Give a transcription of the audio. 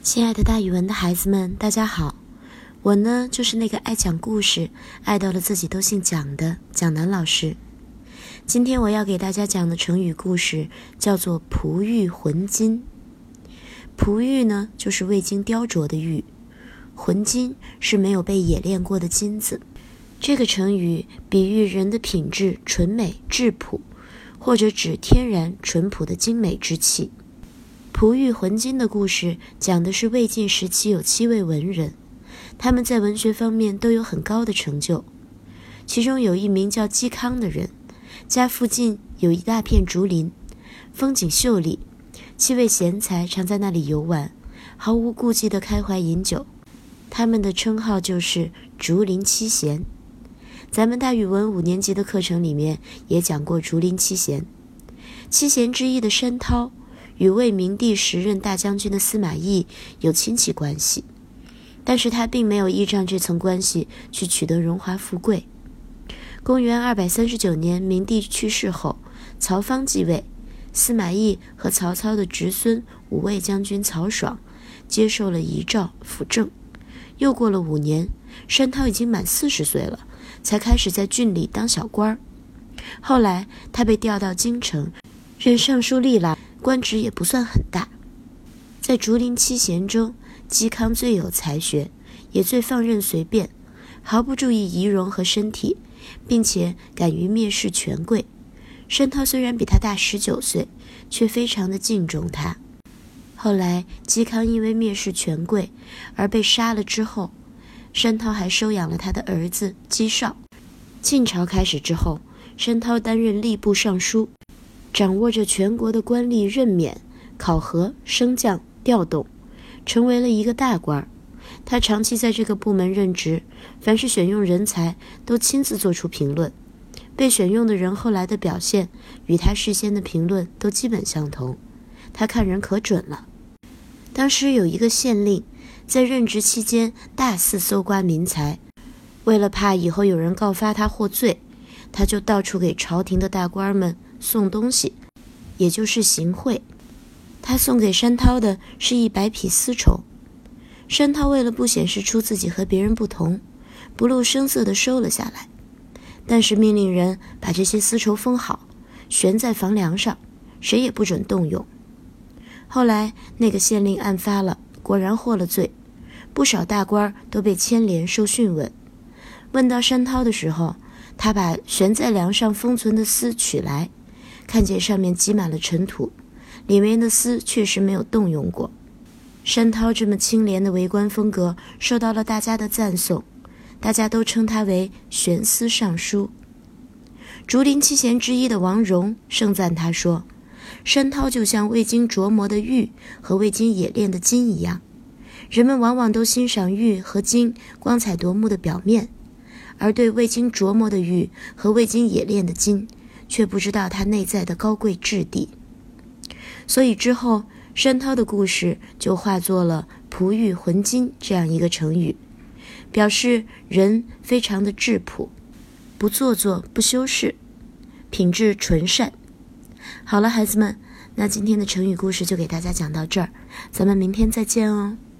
亲爱的大语文的孩子们，大家好。我呢，就是那个爱讲故事，爱到了自己都姓蒋的蒋楠老师。今天我要给大家讲的成语故事叫做璞玉浑金。璞玉呢，就是未经雕琢的玉，浑金是没有被冶炼过的金子。这个成语比喻人的品质纯美质朴，或者指天然淳朴的精美之气。璞玉浑金的故事讲的是魏晋时期有7位文人，他们在文学方面都有很高的成就。其中有一名叫嵇康的人，家附近有一大片竹林，风景秀丽，7位贤才常在那里游玩，毫无顾忌地开怀饮酒。他们的称号就是竹林七贤。咱们大语文5年级的课程里面也讲过竹林七贤。七贤之一的山涛与魏明帝时任大将军的司马懿有亲戚关系，但是他并没有依仗这层关系去取得荣华富贵。公元239年，明帝去世后，曹芳继位，司马懿和曹操的侄孙五位将军曹爽接受了遗诏辅政。又过了5年，山涛已经满40岁了，才开始在郡里当小官。后来他被调到京城，任尚书吏郎，官职也不算很大。在竹林七贤中，嵇康最有才学，也最放任随便，毫不注意仪容和身体，并且敢于蔑视权贵。山涛虽然比他大19岁，却非常的敬重他。后来嵇康因为蔑视权贵而被杀了之后，山涛还收养了他的儿子嵇绍。晋朝开始之后，山涛担任吏部尚书，掌握着全国的官吏任免、考核、升降、调动，成为了一个大官。他长期在这个部门任职，凡是选用人才都亲自做出评论，被选用的人后来的表现与他事先的评论都基本相同，他看人可准了。当时有一个县令在任职期间大肆搜刮民财，为了怕以后有人告发他获罪，他就到处给朝廷的大官们送东西，也就是行贿。他送给山涛的是100匹丝绸。山涛为了不显示出自己和别人不同，不露声色地收了下来，但是命令人把这些丝绸封好，悬在房梁上，谁也不准动用。后来那个县令案发了，果然获了罪，不少大官都被牵连受讯问。问到山涛的时候，他把悬在梁上封存的丝取来，看见上面积满了尘土，里面的丝确实没有动用过。山涛这么清廉的为官风格受到了大家的赞颂，大家都称他为悬丝尚书。竹林七贤之一的王戎盛赞他说，山涛就像未经琢磨的玉和未经冶炼的金一样，人们往往都欣赏玉和金光彩夺目的表面，而对未经琢磨的玉和未经冶炼的金却不知道它内在的高贵质地。所以之后山涛的故事就化作了璞玉浑金这样一个成语，表示人非常的质朴，不做作不修饰，品质纯善。好了孩子们，那今天的成语故事就给大家讲到这儿，咱们明天再见哦。